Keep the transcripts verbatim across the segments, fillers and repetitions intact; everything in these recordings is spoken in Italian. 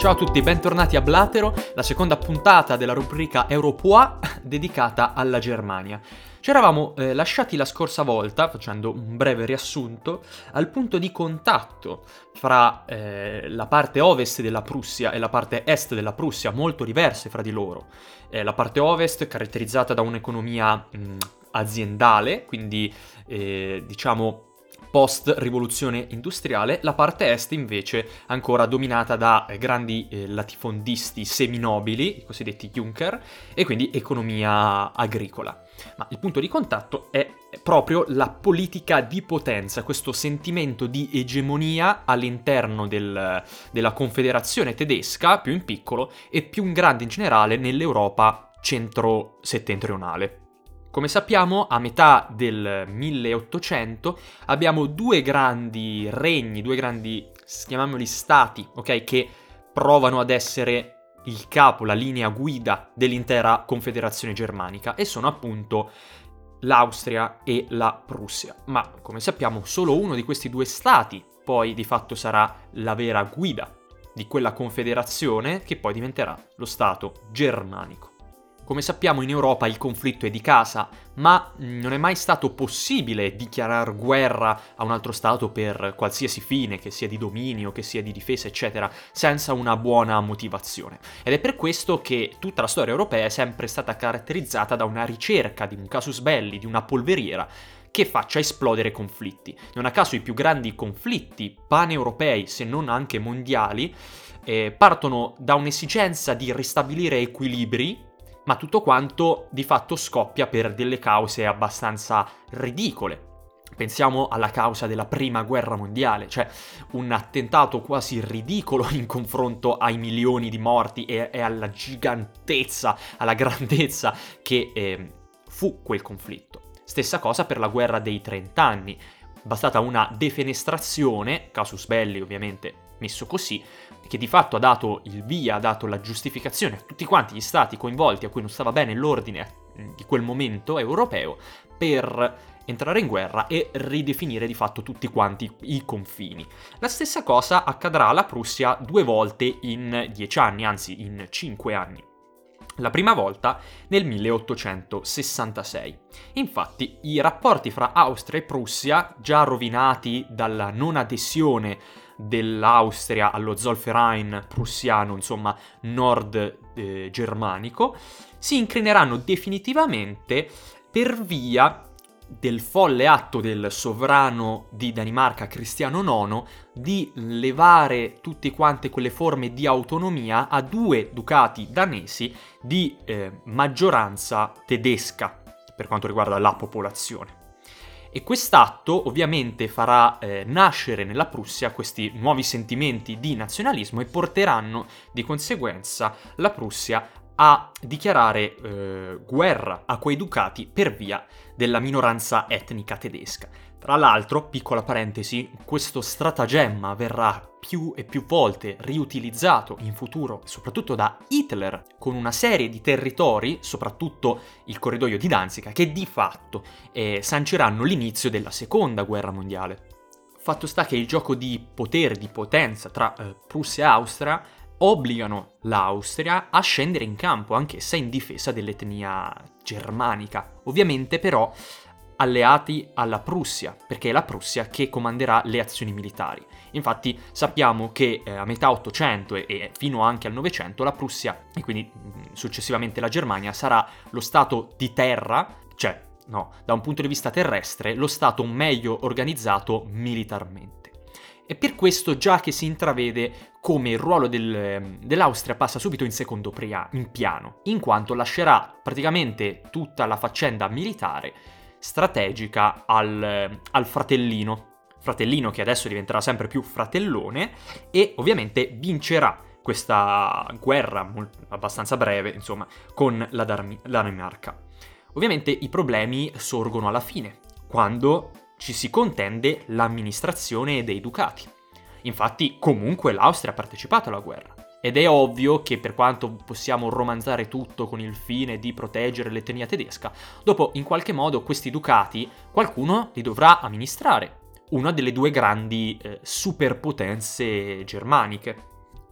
Ciao a tutti, bentornati a Blatero, la seconda puntata della rubrica Europoa dedicata alla Germania. Ci eravamo eh, lasciati la scorsa volta, facendo un breve riassunto, al punto di contatto fra eh, la parte ovest della Prussia e la parte est della Prussia, molto diverse fra di loro. Eh, la parte ovest caratterizzata da un'economia mh, aziendale, quindi eh, diciamo post-rivoluzione industriale, la parte est invece ancora dominata da eh, grandi eh, latifondisti seminobili, i cosiddetti Junker, e quindi economia agricola. Ma il punto di contatto è proprio la politica di potenza, questo sentimento di egemonia all'interno del, della Confederazione tedesca, più in piccolo, e più in grande in generale nell'Europa centro-settentrionale. Come sappiamo, a metà del milleottocento abbiamo due grandi regni, due grandi, chiamiamoli stati, ok, che provano ad essere il capo, la linea guida dell'intera Confederazione germanica, e sono appunto l'Austria e la Prussia. Ma come sappiamo, solo uno di questi due stati poi di fatto sarà la vera guida di quella confederazione che poi diventerà lo Stato germanico. Come sappiamo, in Europa il conflitto è di casa, ma non è mai stato possibile dichiarare guerra a un altro stato per qualsiasi fine, che sia di dominio, che sia di difesa, eccetera, senza una buona motivazione. Ed è per questo che tutta la storia europea è sempre stata caratterizzata da una ricerca di un casus belli, di una polveriera, che faccia esplodere conflitti. Non a caso i più grandi conflitti paneuropei, se non anche mondiali, eh, partono da un'esigenza di ristabilire equilibri, ma tutto quanto di fatto scoppia per delle cause abbastanza ridicole. Pensiamo alla causa della Prima Guerra Mondiale, cioè un attentato quasi ridicolo in confronto ai milioni di morti e, e alla gigantezza, alla grandezza che eh, fu quel conflitto. Stessa cosa per la guerra dei trent'anni. Bastata una defenestrazione, casus belli ovviamente messo così, che di fatto ha dato il via, ha dato la giustificazione a tutti quanti gli stati coinvolti a cui non stava bene l'ordine di quel momento europeo per entrare in guerra e ridefinire di fatto tutti quanti i confini. La stessa cosa accadrà alla Prussia due volte in dieci anni, anzi in cinque anni. La prima volta nel milleottocentosessantasei. Infatti i rapporti fra Austria e Prussia, già rovinati dalla non adesione dell'Austria allo Zollverein prussiano, insomma nord eh, germanico, si incrineranno definitivamente per via del folle atto del sovrano di Danimarca Cristiano nono di levare tutte quante quelle forme di autonomia a due ducati danesi di eh, maggioranza tedesca per quanto riguarda la popolazione. E quest'atto ovviamente farà eh, nascere nella Prussia questi nuovi sentimenti di nazionalismo e porteranno di conseguenza la Prussia a dichiarare eh, guerra a quei ducati per via della minoranza etnica tedesca. Tra l'altro, piccola parentesi, questo stratagemma verrà più e più volte riutilizzato in futuro, soprattutto da Hitler, con una serie di territori, soprattutto il corridoio di Danzica, che di fatto eh, sanciranno l'inizio della seconda guerra mondiale. Fatto sta che il gioco di potere, di potenza tra eh, Prussia e Austria obbligano l'Austria a scendere in campo, anch'essa in difesa dell'etnia germanica. Ovviamente però alleati alla Prussia, perché è la Prussia che comanderà le azioni militari. Infatti sappiamo che eh, a metà Ottocento e, e fino anche al Novecento la Prussia, e quindi mh, successivamente la Germania, sarà lo stato di terra, cioè, no, da un punto di vista terrestre, lo stato meglio organizzato militarmente. E per questo già che si intravede come il ruolo del, dell'Austria passa subito in secondo pria, in piano, in quanto lascerà praticamente tutta la faccenda militare strategica al, al fratellino, fratellino che adesso diventerà sempre più fratellone e ovviamente vincerà questa guerra molto, abbastanza breve, insomma, con la, Darmi, la Danimarca. Ovviamente i problemi sorgono alla fine, quando ci si contende l'amministrazione dei ducati. Infatti, comunque l'Austria ha partecipato alla guerra. Ed è ovvio che per quanto possiamo romanzare tutto con il fine di proteggere l'etnia tedesca, dopo in qualche modo questi ducati qualcuno li dovrà amministrare. Una delle due grandi eh, superpotenze germaniche.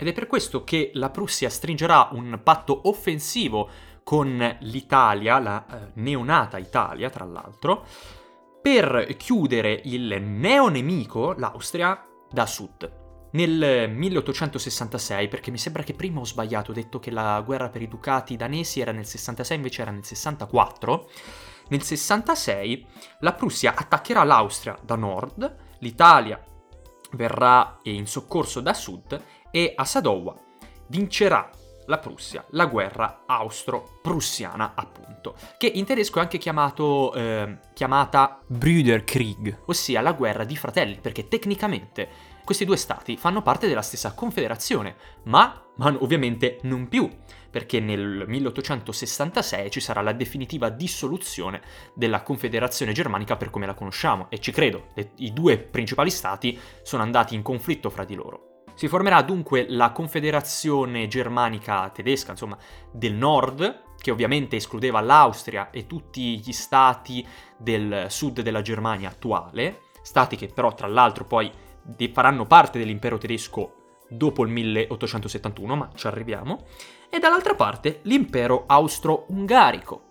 Ed è per questo che la Prussia stringerà un patto offensivo con l'Italia, la eh, neonata Italia tra l'altro, per chiudere il neonemico, l'Austria, da sud. Nel milleottocentosessantasei, perché mi sembra che prima ho sbagliato, ho detto che la guerra per i ducati danesi era nel sessantasei, invece era nel sessantaquattro, nel sessantasei la Prussia attaccherà l'Austria da nord, l'Italia verrà in soccorso da sud e a Sadowa vincerà la Prussia la guerra austro-prussiana, appunto, che in tedesco è anche chiamato, eh, chiamata Brüderkrieg, ossia la guerra di fratelli, perché tecnicamente questi due stati fanno parte della stessa confederazione, ma, ma ovviamente non più, perché nel milleottocentosessantasei ci sarà la definitiva dissoluzione della Confederazione Germanica per come la conosciamo, e ci credo, le, i due principali stati sono andati in conflitto fra di loro. Si formerà dunque la Confederazione Germanica Tedesca, insomma, del Nord, che ovviamente escludeva l'Austria e tutti gli stati del sud della Germania attuale, stati che però tra l'altro poi faranno parte dell'impero tedesco dopo il milleottocentosettantuno, ma ci arriviamo, e dall'altra parte l'impero austro-ungarico.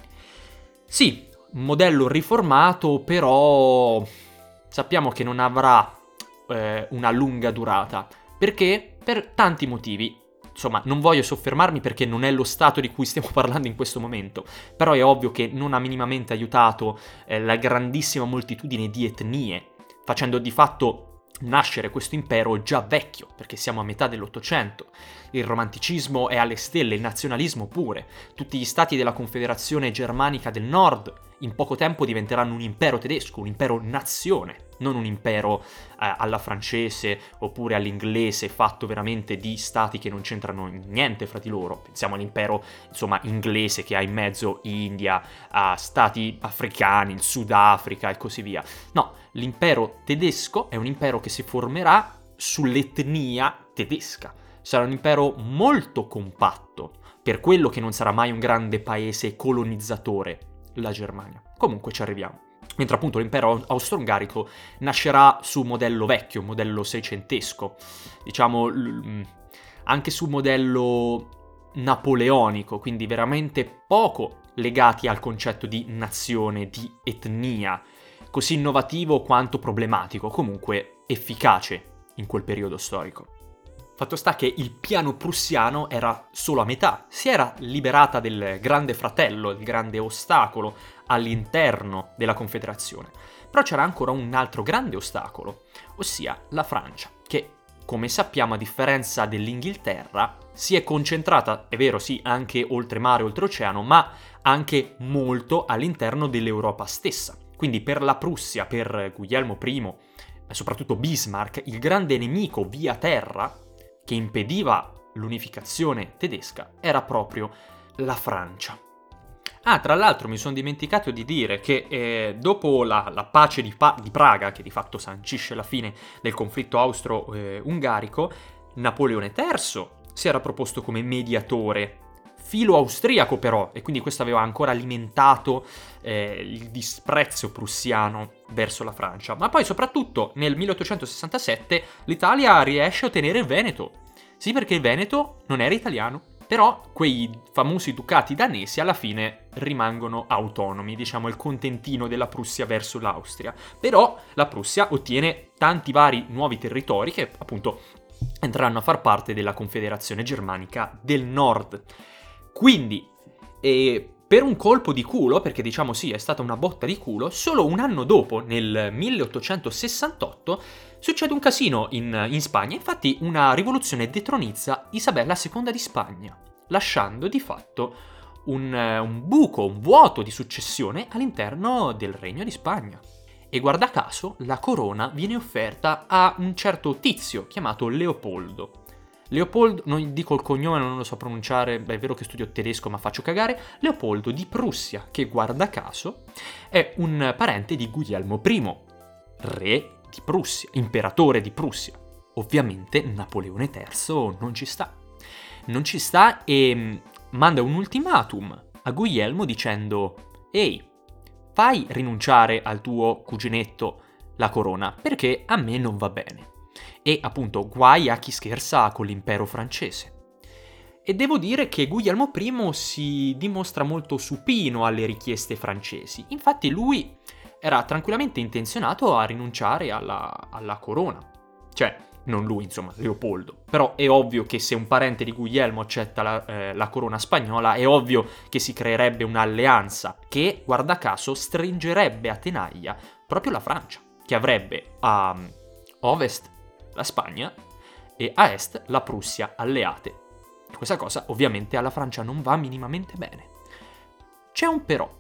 Sì, un modello riformato, però sappiamo che non avrà eh, una lunga durata, perché per tanti motivi. Insomma, non voglio soffermarmi perché non è lo stato di cui stiamo parlando in questo momento, però è ovvio che non ha minimamente aiutato eh, la grandissima moltitudine di etnie, facendo di fatto nascere questo impero già vecchio, perché siamo a metà dell'Ottocento. Il romanticismo è alle stelle, il nazionalismo pure. Tutti gli stati della Confederazione Germanica del Nord in poco tempo diventeranno un impero tedesco, un impero nazione, non un impero eh, alla francese oppure all'inglese fatto veramente di stati che non c'entrano niente fra di loro. Pensiamo all'impero, insomma, inglese che ha in mezzo India, a stati africani, il Sudafrica e così via. No, l'impero tedesco è un impero che si formerà sull'etnia tedesca. Sarà un impero molto compatto, per quello che non sarà mai un grande paese colonizzatore, la Germania. Comunque ci arriviamo. Mentre appunto l'impero austro-ungarico nascerà su modello vecchio, modello seicentesco, diciamo l- anche su modello napoleonico, quindi veramente poco legati al concetto di nazione, di etnia, così innovativo quanto problematico, comunque efficace in quel periodo storico. Fatto sta che il piano prussiano era solo a metà, si era liberata del grande fratello, il grande ostacolo all'interno della Confederazione. Però c'era ancora un altro grande ostacolo, ossia la Francia, che, come sappiamo, a differenza dell'Inghilterra, si è concentrata, è vero sì, anche oltre mare, oltreoceano, ma anche molto all'interno dell'Europa stessa. Quindi per la Prussia, per Guglielmo I, e soprattutto Bismarck, il grande nemico via terra che impediva l'unificazione tedesca era proprio la Francia. Ah, tra l'altro mi sono dimenticato di dire che eh, dopo la, la pace di, pa- di Praga, che di fatto sancisce la fine del conflitto austro-ungarico, Napoleone terzo si era proposto come mediatore, filo austriaco però, e quindi questo aveva ancora alimentato eh, il disprezzo prussiano verso la Francia. Ma poi soprattutto nel milleottocentosessantasette l'Italia riesce a ottenere il Veneto. Sì, perché il Veneto non era italiano, però quei famosi ducati danesi alla fine rimangono autonomi, diciamo il contentino della Prussia verso l'Austria. Però la Prussia ottiene tanti vari nuovi territori che appunto entreranno a far parte della Confederazione Germanica del Nord. Quindi, eh, per un colpo di culo, perché diciamo sì, è stata una botta di culo, solo un anno dopo, nel milleottocentosessantotto, succede un casino in, in Spagna. Infatti una rivoluzione detronizza Isabella seconda di Spagna, lasciando di fatto un, un buco, un vuoto di successione all'interno del Regno di Spagna. E guarda caso, la corona viene offerta a un certo tizio chiamato Leopoldo. Leopoldo, non dico il cognome, non lo so pronunciare, beh, è vero che studio tedesco ma faccio cagare, Leopoldo di Prussia, che guarda caso è un parente di Guglielmo I, re di Prussia, imperatore di Prussia. Ovviamente Napoleone terzo non ci sta. Non ci sta e manda un ultimatum a Guglielmo dicendo: ehi, fai rinunciare al tuo cuginetto la corona, perché a me non va bene. E appunto guai a chi scherza con l'impero francese. E devo dire che Guglielmo I si dimostra molto supino alle richieste francesi. Infatti lui era tranquillamente intenzionato a rinunciare alla, alla corona. Cioè, non lui, insomma, Leopoldo. Però è ovvio che se un parente di Guglielmo accetta la, eh, la corona spagnola, è ovvio che si creerebbe un'alleanza che, guarda caso, stringerebbe a tenaglia proprio la Francia, che avrebbe a ovest la Spagna e a est la Prussia alleate. Questa cosa ovviamente alla Francia non va minimamente bene. C'è un però,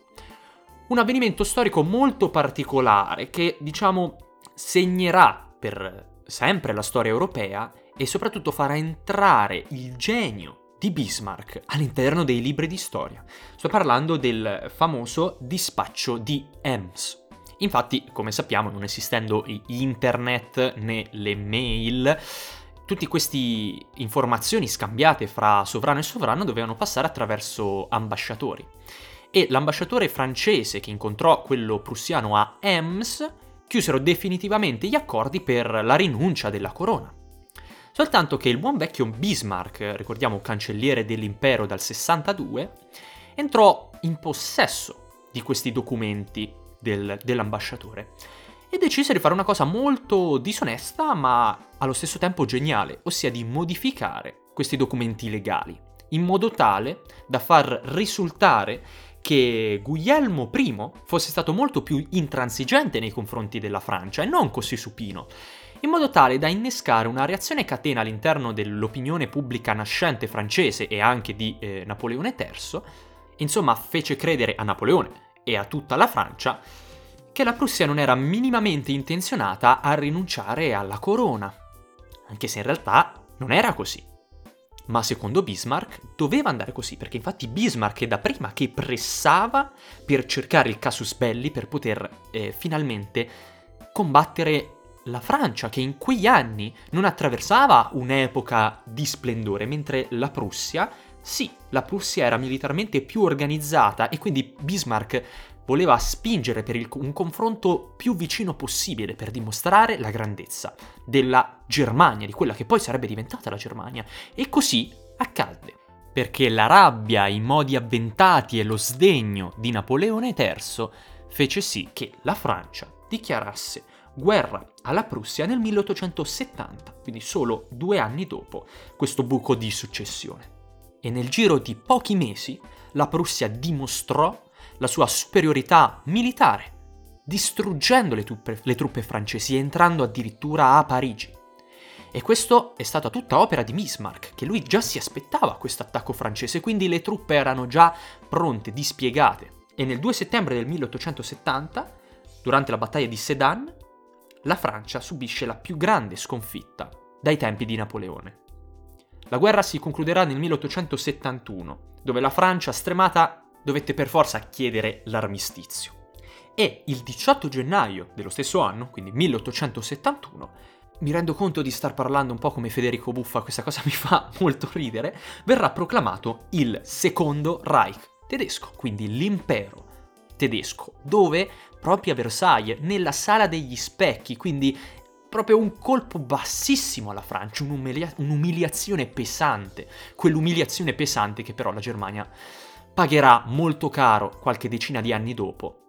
un avvenimento storico molto particolare che, diciamo, segnerà per sempre la storia europea e soprattutto farà entrare il genio di Bismarck all'interno dei libri di storia. Sto parlando del famoso dispaccio di Ems. Infatti, come sappiamo, non esistendo internet né le mail, tutte queste informazioni scambiate fra sovrano e sovrano dovevano passare attraverso ambasciatori. E l'ambasciatore francese che incontrò quello prussiano a Ems chiusero definitivamente gli accordi per la rinuncia della corona. Soltanto che il buon vecchio Bismarck, ricordiamo cancelliere dell'impero dal sessantadue, entrò in possesso di questi documenti del, dell'ambasciatore e decise di fare una cosa molto disonesta ma allo stesso tempo geniale, ossia di modificare questi documenti legali, in modo tale da far risultare che Guglielmo I fosse stato molto più intransigente nei confronti della Francia e non così supino, in modo tale da innescare una reazione catena all'interno dell'opinione pubblica nascente francese e anche di eh, Napoleone terzo, insomma fece credere a Napoleone e a tutta la Francia che la Prussia non era minimamente intenzionata a rinunciare alla corona, anche se in realtà non era così. Ma secondo Bismarck doveva andare così, perché infatti Bismarck è da prima che pressava per cercare il casus belli per poter eh, finalmente combattere la Francia, che in quegli anni non attraversava un'epoca di splendore, mentre la Prussia, sì, la Prussia era militarmente più organizzata e quindi Bismarck voleva spingere per il, un confronto più vicino possibile per dimostrare la grandezza della Germania, di quella che poi sarebbe diventata la Germania. E così accadde, perché la rabbia, i modi avventati e lo sdegno di Napoleone terzo fece sì che la Francia dichiarasse guerra alla Prussia nel milleottocentosettanta, quindi solo due anni dopo questo buco di successione. E nel giro di pochi mesi la Prussia dimostrò la sua superiorità militare, distruggendo le truppe, le truppe francesi e entrando addirittura a Parigi. E questo è stata tutta opera di Bismarck, che lui già si aspettava questo attacco francese, quindi le truppe erano già pronte, dispiegate. E nel due settembre del milleottocentosettanta, durante la battaglia di Sedan, la Francia subisce la più grande sconfitta dai tempi di Napoleone. La guerra si concluderà nel milleottocentosettantuno, dove la Francia, stremata, dovette per forza chiedere l'armistizio. E il diciotto gennaio dello stesso anno, quindi milleottocentosettantuno, mi rendo conto di star parlando un po' come Federico Buffa, questa cosa mi fa molto ridere, verrà proclamato il Secondo Reich tedesco, quindi l'impero tedesco, dove proprio a Versailles, nella Sala degli Specchi, quindi proprio un colpo bassissimo alla Francia, un'umilia- un'umiliazione pesante, quell'umiliazione pesante che però la Germania pagherà molto caro qualche decina di anni dopo,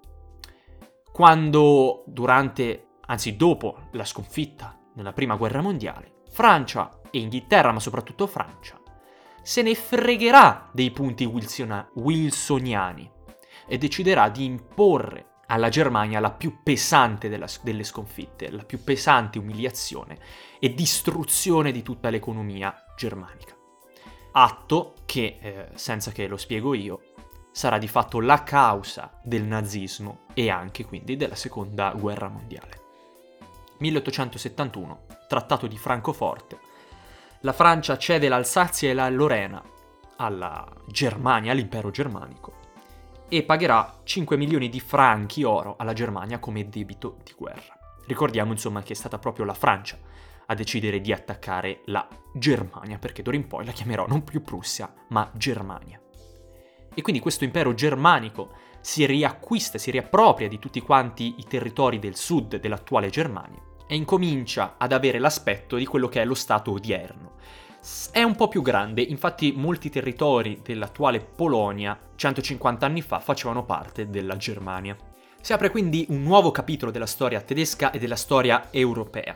quando durante, anzi dopo la sconfitta nella Prima Guerra Mondiale, Francia e Inghilterra, ma soprattutto Francia, se ne fregherà dei punti wilsona- wilsoniani e deciderà di imporre alla Germania la più pesante della, delle sconfitte, la più pesante umiliazione e distruzione di tutta l'economia germanica. Atto che, eh, senza che lo spiego io, sarà di fatto la causa del nazismo e anche quindi della Seconda Guerra Mondiale. milleottocentosettantuno, Trattato di Francoforte. La Francia cede l'Alsazia e la Lorena alla Germania, all'impero germanico, e pagherà cinque milioni di franchi oro alla Germania come debito di guerra. Ricordiamo insomma che è stata proprio la Francia a decidere di attaccare la Germania, perché d'ora in poi la chiamerò non più Prussia, ma Germania. E quindi questo impero germanico si riacquista, si riappropria di tutti quanti i territori del sud dell'attuale Germania e incomincia ad avere l'aspetto di quello che è lo stato odierno. È un po' più grande, infatti molti territori dell'attuale Polonia centocinquanta anni fa facevano parte della Germania. Si apre quindi un nuovo capitolo della storia tedesca e della storia europea.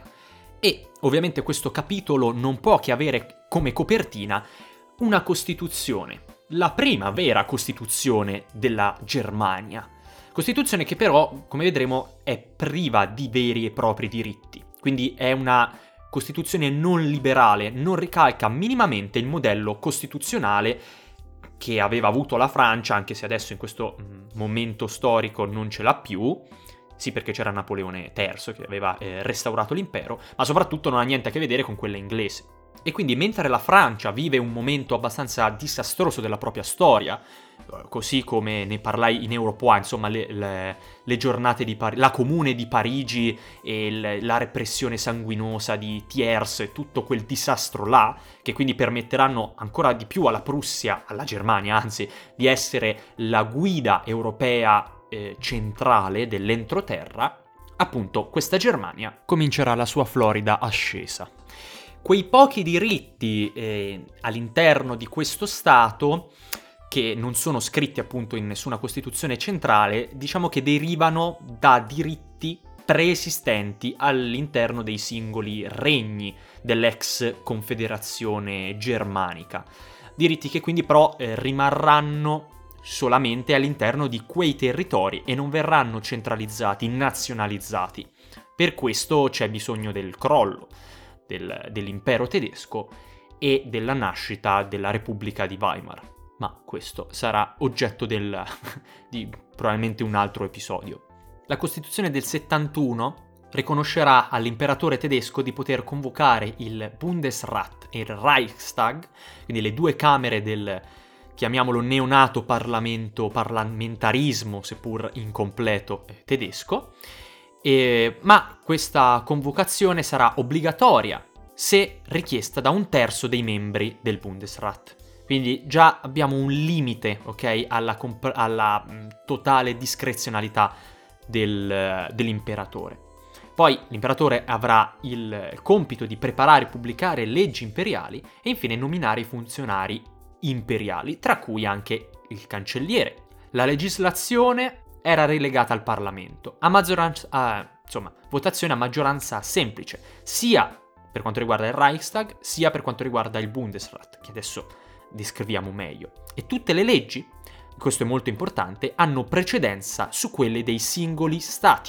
E ovviamente questo capitolo non può che avere come copertina una Costituzione, la prima vera Costituzione della Germania. Costituzione che però, come vedremo, è priva di veri e propri diritti. Quindi è una Costituzione non liberale, non ricalca minimamente il modello costituzionale che aveva avuto la Francia, anche se adesso in questo momento storico non ce l'ha più. Sì, perché c'era Napoleone terzo che aveva eh, restaurato l'impero, ma soprattutto non ha niente a che vedere con quella inglese. E quindi mentre la Francia vive un momento abbastanza disastroso della propria storia, così come ne parlai in Europoa, insomma le, le, le giornate di Parigi, la Comune di Parigi e il, la repressione sanguinosa di Thiers e tutto quel disastro là, che quindi permetteranno ancora di più alla Prussia, alla Germania anzi, di essere la guida europea eh, centrale dell'entroterra, appunto questa Germania comincerà la sua florida ascesa. Quei pochi diritti eh, all'interno di questo Stato, che non sono scritti appunto in nessuna Costituzione centrale, diciamo che derivano da diritti preesistenti all'interno dei singoli regni dell'ex Confederazione Germanica. Diritti che quindi però eh, rimarranno solamente all'interno di quei territori e non verranno centralizzati, nazionalizzati. Per questo c'è bisogno del crollo Del, dell'impero tedesco e della nascita della Repubblica di Weimar. Ma questo sarà oggetto del, di probabilmente un altro episodio. La Costituzione del settantuno riconoscerà all'imperatore tedesco di poter convocare il Bundesrat e il Reichstag, quindi le due camere del, chiamiamolo neonato parlamento, parlamentarismo, seppur incompleto, eh, tedesco. Eh, ma questa convocazione sarà obbligatoria se richiesta da un terzo dei membri del Bundesrat. Quindi già abbiamo un limite, ok, alla, comp- alla mh, totale discrezionalità del, dell'imperatore. Poi l'imperatore avrà il compito di preparare e pubblicare leggi imperiali e infine nominare i funzionari imperiali, tra cui anche il cancelliere. La legislazione era relegata al Parlamento, a maggioranza, a, insomma, votazione a maggioranza semplice, sia per quanto riguarda il Reichstag, sia per quanto riguarda il Bundesrat, che adesso descriviamo meglio. E tutte le leggi, questo è molto importante, hanno precedenza su quelle dei singoli stati.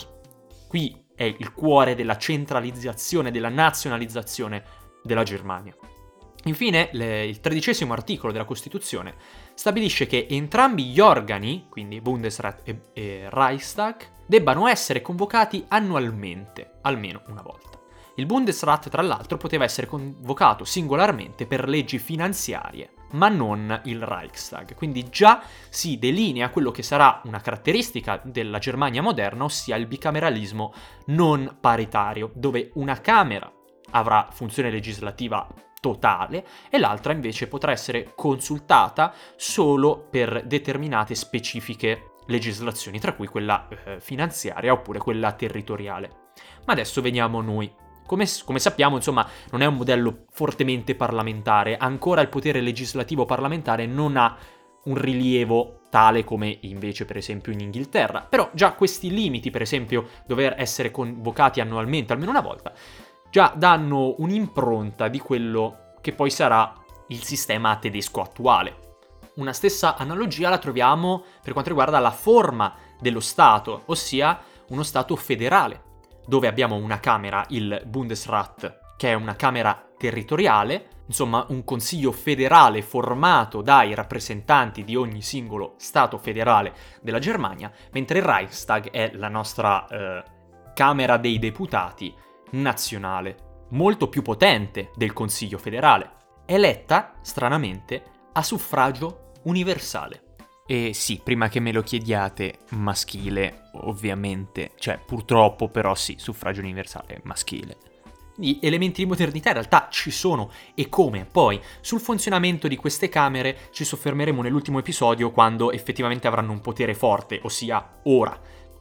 Qui è il cuore della centralizzazione, della nazionalizzazione della Germania. Infine, le, il tredicesimo articolo della Costituzione stabilisce che entrambi gli organi, quindi Bundesrat e, e Reichstag, debbano essere convocati annualmente, almeno una volta. Il Bundesrat, tra l'altro, poteva essere convocato singolarmente per leggi finanziarie, ma non il Reichstag. Quindi già si delinea quello che sarà una caratteristica della Germania moderna, ossia il bicameralismo non paritario, dove una Camera avrà funzione legislativa totale e l'altra invece potrà essere consultata solo per determinate specifiche legislazioni, tra cui quella eh, finanziaria oppure quella territoriale. Ma adesso veniamo a noi. Come, come sappiamo, insomma, non è un modello fortemente parlamentare, ancora il potere legislativo parlamentare non ha un rilievo tale come invece per esempio in Inghilterra, però già questi limiti, per esempio dover essere convocati annualmente almeno una volta, già danno un'impronta di quello che poi sarà il sistema tedesco attuale. Una stessa analogia la troviamo per quanto riguarda la forma dello Stato, ossia uno Stato federale, dove abbiamo una Camera, il Bundesrat, che è una Camera territoriale, insomma un consiglio federale formato dai rappresentanti di ogni singolo Stato federale della Germania, mentre il Reichstag è la nostra eh, Camera dei Deputati nazionale, molto più potente del Consiglio federale, eletta, stranamente, a suffragio universale. E sì, prima che me lo chiediate, maschile, ovviamente, cioè purtroppo però sì, suffragio universale maschile. Gli elementi di modernità in realtà ci sono, e come? Poi, sul funzionamento di queste camere ci soffermeremo nell'ultimo episodio quando effettivamente avranno un potere forte, ossia ora.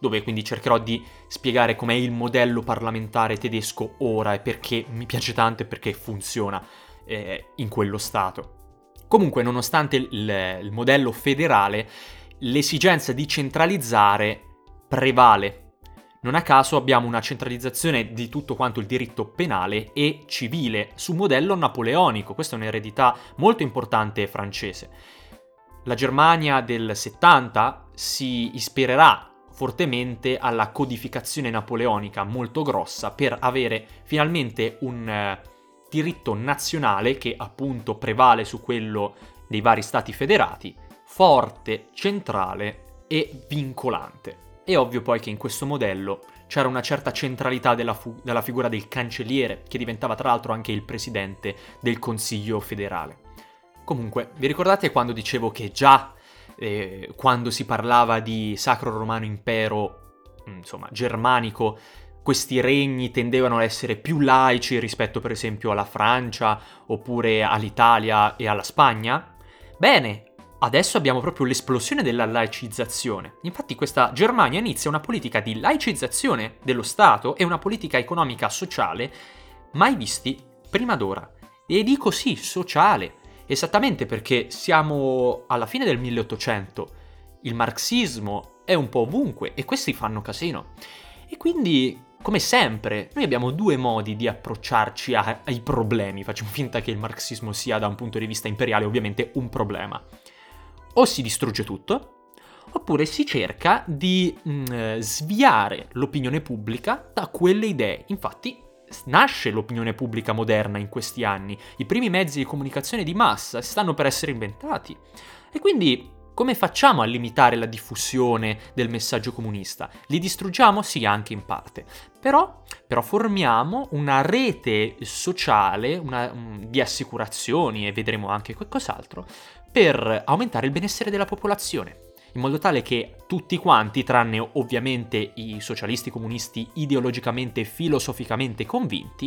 dove quindi cercherò di spiegare com'è il modello parlamentare tedesco ora e perché mi piace tanto e perché funziona eh, in quello Stato. Comunque, nonostante il, il modello federale, l'esigenza di centralizzare prevale. Non a caso abbiamo una centralizzazione di tutto quanto il diritto penale e civile su modello napoleonico. Questa è un'eredità molto importante francese. La Germania del settanta si ispirerà fortemente alla codificazione napoleonica molto grossa per avere finalmente un eh, diritto nazionale che appunto prevale su quello dei vari stati federati, forte, centrale e vincolante. È ovvio poi che in questo modello c'era una certa centralità della, fu- della figura del cancelliere, che diventava tra l'altro anche il presidente del Consiglio federale. Comunque, vi ricordate quando dicevo che già eh, quando si parlava di Sacro Romano Impero, insomma, germanico, questi regni tendevano ad essere più laici rispetto per esempio alla Francia, oppure all'Italia e alla Spagna? Bene, adesso abbiamo proprio l'esplosione della laicizzazione. Infatti questa Germania inizia una politica di laicizzazione dello Stato e una politica economica sociale mai visti prima d'ora. E dico sì, sociale, esattamente perché siamo alla fine del milleottocento, il marxismo è un po' ovunque e questi fanno casino. E quindi, come sempre, noi abbiamo due modi di approcciarci a, ai problemi. Facciamo finta che il marxismo sia da un punto di vista imperiale ovviamente un problema. O si distrugge tutto, oppure si cerca di mh, sviare l'opinione pubblica da quelle idee. Infatti nasce l'opinione pubblica moderna in questi anni, i primi mezzi di comunicazione di massa stanno per essere inventati. E quindi come facciamo a limitare la diffusione del messaggio comunista? Li distruggiamo? Sì, anche in parte. Però, però formiamo una rete sociale una, um, di assicurazioni, e vedremo anche qualcos'altro, per aumentare il benessere della popolazione, in modo tale che tutti quanti, tranne ovviamente i socialisti comunisti ideologicamente e filosoficamente convinti,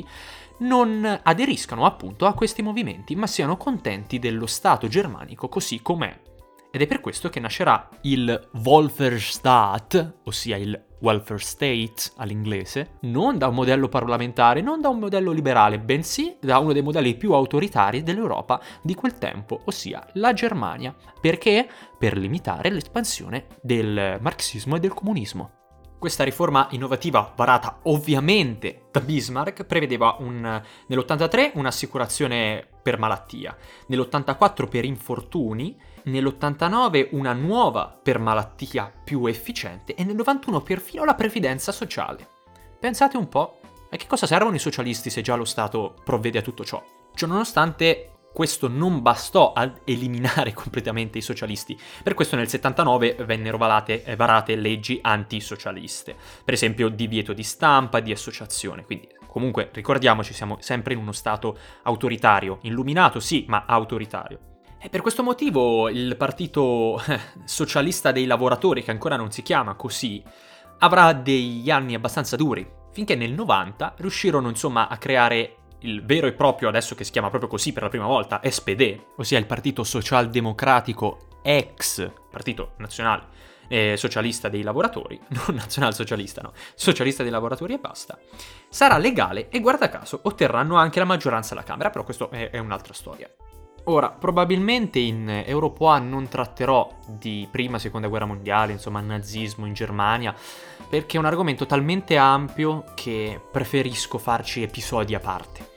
non aderiscano appunto a questi movimenti, ma siano contenti dello Stato germanico così com'è. Ed è per questo che nascerà il Wohlfahrtsstaat, ossia il welfare state all'inglese, non da un modello parlamentare, non da un modello liberale, bensì da uno dei modelli più autoritari dell'Europa di quel tempo, ossia la Germania. Perché? Per limitare l'espansione del marxismo e del comunismo. Questa riforma innovativa, varata ovviamente da Bismarck, prevedeva un, nell'ottantatré un'assicurazione per malattia, nell'ottantaquattro per infortuni, nell'ottantanove una nuova per malattia più efficiente e nel novantuno perfino la previdenza sociale. Pensate un po', a che cosa servono i socialisti se già lo Stato provvede a tutto ciò? Ciononostante, questo non bastò ad eliminare completamente i socialisti. Per questo nel settantanove vennero varate, eh, varate leggi antisocialiste. Per esempio divieto di stampa, di associazione. Quindi comunque ricordiamoci, siamo sempre in uno stato autoritario. Illuminato sì, ma autoritario. E per questo motivo il partito socialista dei lavoratori, che ancora non si chiama così, avrà degli anni abbastanza duri. Finché nel novanta riuscirono insomma a creare il vero e proprio, adesso che si chiama proprio così per la prima volta, S P D, ossia il Partito Socialdemocratico ex Partito Nazionale eh, Socialista dei Lavoratori, non nazionalsocialista no, Socialista dei Lavoratori e basta, sarà legale e guarda caso otterranno anche la maggioranza alla Camera, però questo è, è un'altra storia. Ora, probabilmente in Europoa non tratterò di prima e seconda guerra mondiale, insomma nazismo in Germania, perché è un argomento talmente ampio che preferisco farci episodi a parte.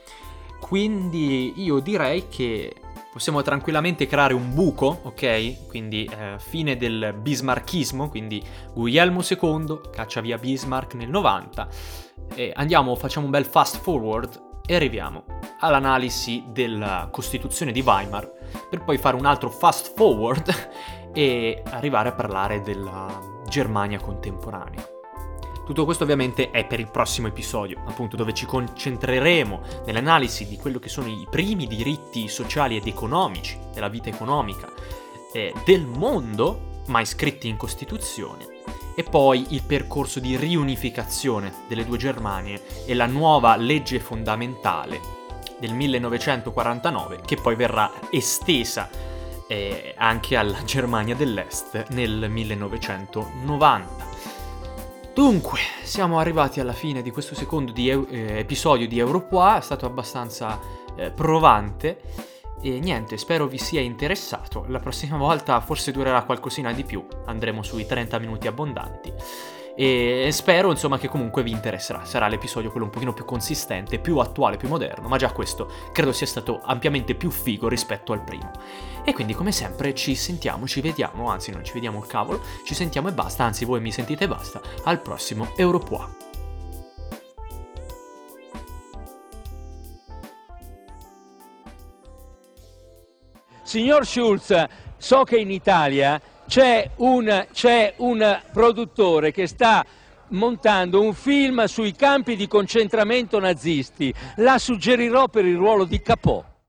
Quindi io direi che possiamo tranquillamente creare un buco, ok? Quindi eh, fine del bismarckismo, quindi Guglielmo secondo caccia via Bismarck nel novanta, e andiamo, facciamo un bel fast forward e arriviamo all'analisi della Costituzione di Weimar, per poi fare un altro fast forward e arrivare a parlare della Germania contemporanea. Tutto questo ovviamente è per il prossimo episodio, appunto, dove ci concentreremo nell'analisi di quello che sono i primi diritti sociali ed economici della vita economica eh, del mondo, mai scritti in Costituzione, e poi il percorso di riunificazione delle due Germanie e la nuova legge fondamentale del millenovecentoquarantanove, che poi verrà estesa eh, anche alla Germania dell'Est nel millenovecentonovanta. Dunque, siamo arrivati alla fine di questo secondo di eu- eh, episodio di Europoa, è stato abbastanza eh, provante e niente, spero vi sia interessato. La prossima volta forse durerà qualcosina di più, andremo sui trenta minuti abbondanti e spero insomma che comunque vi interesserà. Sarà l'episodio quello un pochino più consistente, più attuale, più moderno, ma già questo credo sia stato ampiamente più figo rispetto al primo. E quindi come sempre ci sentiamo, ci vediamo, anzi non ci vediamo il cavolo, ci sentiamo e basta, anzi voi mi sentite e basta, al prossimo Europoa. Signor Schulz, so che in Italia c'è un, c'è un produttore che sta montando un film sui campi di concentramento nazisti. La suggerirò per il ruolo di Capò.